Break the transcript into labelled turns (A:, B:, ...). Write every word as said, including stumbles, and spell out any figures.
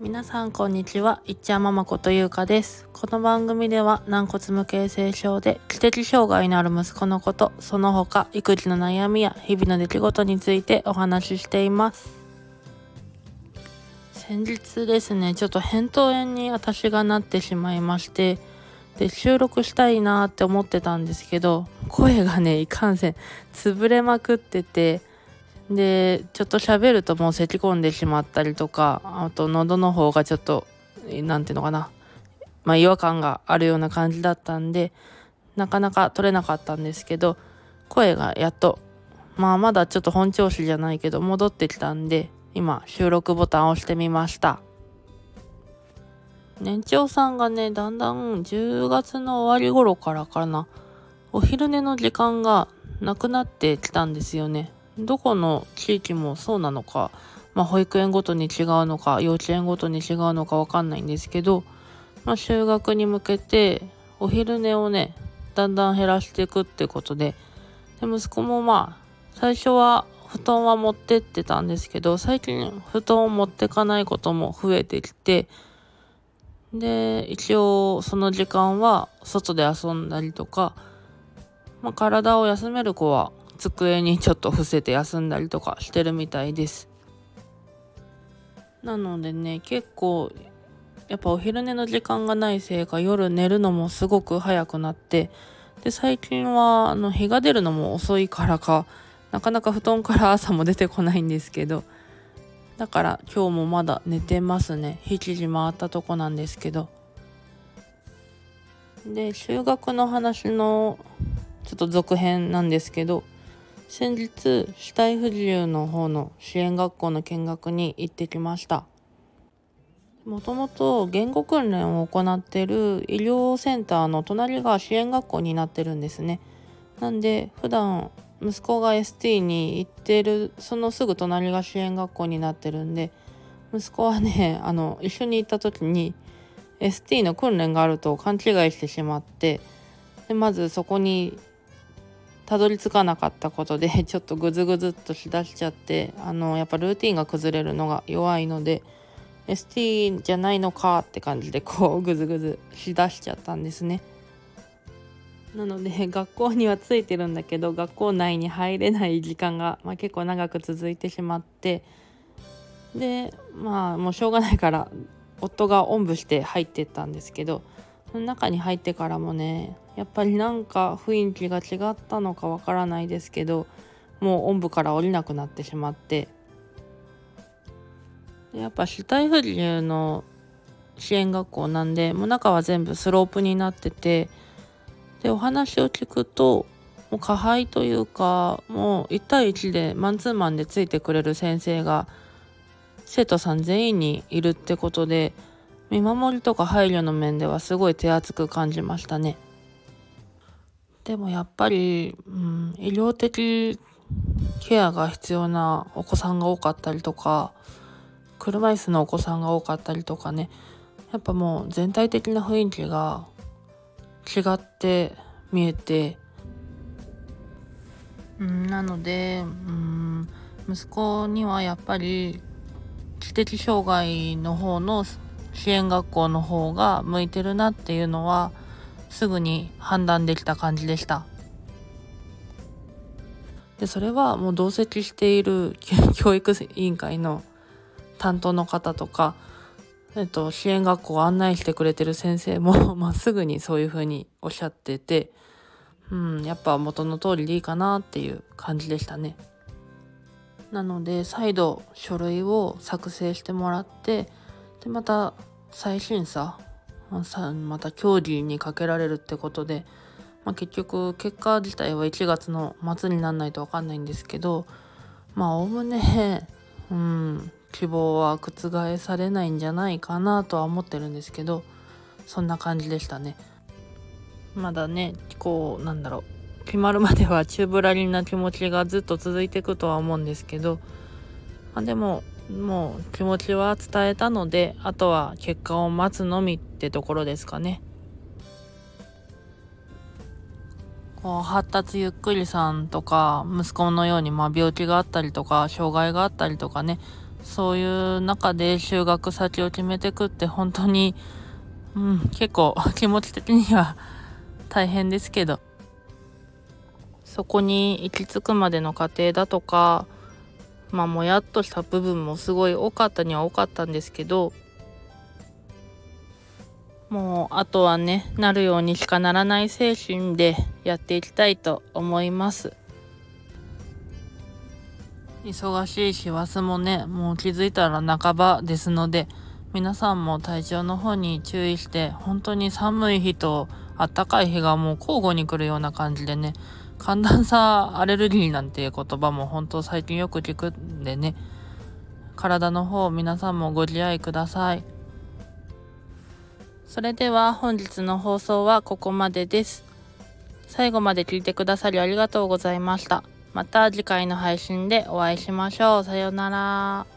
A: 皆さんこんにちは。いっちゃんママことゆうかです。この番組では軟骨無形成症で知的障害のある息子のこと、その他育児の悩みや日々の出来事についてお話ししています。先日ですね、ちょっと扁桃炎に私がなってしまいまして、で収録したいなって思ってたんですけど、声がねいかんせん潰れまくってて、でちょっと喋るともう咳き込んでしまったりとか、あと喉の方がちょっとなんていうのかな、まあ違和感があるような感じだったんで、なかなか取れなかったんですけど、声がやっとまあまだちょっと本調子じゃないけど戻ってきたんで、今収録ボタンを押してみました。年長さんがね、だんだんじゅうがつの終わり頃からかな、お昼寝の時間がなくなってきたんですよね。どこの地域もそうなのか、まあ、保育園ごとに違うのか幼稚園ごとに違うのかわかんないんですけど、まあ、就学に向けてお昼寝をねだんだん減らしていくってことで、で息子もまあ最初は布団は持ってってたんですけど、最近布団を持ってかないことも増えてきて、で一応その時間は外で遊んだりとか、まあ、体を休める子は机にちょっと伏せて休んだりとかしてるみたいです。なのでね、結構やっぱお昼寝の時間がないせいか夜寝るのもすごく早くなって、で最近はあの日が出るのも遅いからか、なかなか布団から朝も出てこないんですけど、だから今日もまだ寝てますね。しちじ回ったとこなんですけど。で就学の話のちょっと続編なんですけど、先日肢体不自由の方の支援学校の見学に行ってきました。もともと言語訓練を行っている医療センターの隣が支援学校になってるんですね。なんで普段息子が エスティー に行ってるそのすぐ隣が支援学校になってるんで、息子はねあの一緒に行った時に エスティー の訓練があると勘違いしてしまって、でまずそこにたどり着かなかったことでちょっとグズグズっとしだしちゃって、あのやっぱルーティンが崩れるのが弱いので エスティー じゃないのかって感じでこうグズグズしだしちゃったんですね。なので学校にはついてるんだけど、学校内に入れない時間が、まあ、結構長く続いてしまって、でまあもうしょうがないから夫がおんぶして入ってったんですけど、その中に入ってからもね、やっぱりなんか雰囲気が違ったのかわからないですけど、もうおんぶから降りなくなってしまって、やっぱ肢体不自由の支援学校なんで、もう中は全部スロープになってて、でお話を聞くともう加配というか、もういち対いちでマンツーマンでついてくれる先生が生徒さん全員にいるってことで、見守りとか配慮の面ではすごい手厚く感じましたね。でもやっぱり、うん、医療的ケアが必要なお子さんが多かったりとか、車椅子のお子さんが多かったりとかね、やっぱもう全体的な雰囲気が違って見えて、うん、なので、うん、息子にはやっぱり知的障害の方の支援学校の方が向いてるなっていうのはすぐに判断できた感じでした。でそれはもう同席している教育委員会の担当の方とか、えっと、支援学校を案内してくれてる先生も、まあ、すぐにそういう風におっしゃってて、うん、やっぱ元の通りでいいかなっていう感じでしたね。なので再度書類を作成してもらって、でまた再審査、また協議にかけられるってことで、まあ、結局結果自体はいちがつの末にならないと分かんないんですけど、まあおおむね、うん、希望は覆されないんじゃないかなとは思ってるんですけど、そんな感じでしたね。まだねこうなんだろう決まるまでは宙ぶらりんな気持ちがずっと続いていくとは思うんですけど、まあ、でももう気持ちは伝えたので、あとは結果を待つのみってところですかね。こう発達ゆっくりさんとか息子のようにまあ病気があったりとか障害があったりとかね、 そういう中で就学先を決めてくって本当に、うん、結構気持ち的には大変ですけど、そこに行き着くまでの過程だとか、まあもやっとした部分もすごい多かったには多かったんですけど、もうあとはね、なるようにしかならない精神でやっていきたいと思います。忙しい師走もね、もう気づいたら半ばですので、皆さんも体調の方に注意して、本当に寒い日と暖かい日がもう交互に来るような感じでね、寒暖差アレルギーなんていう言葉も本当最近よく聞くんでね、体の方皆さんもご自愛ください。それでは本日の放送はここまでです。最後まで聞いてくださりありがとうございました。また次回の配信でお会いしましょう。さようなら。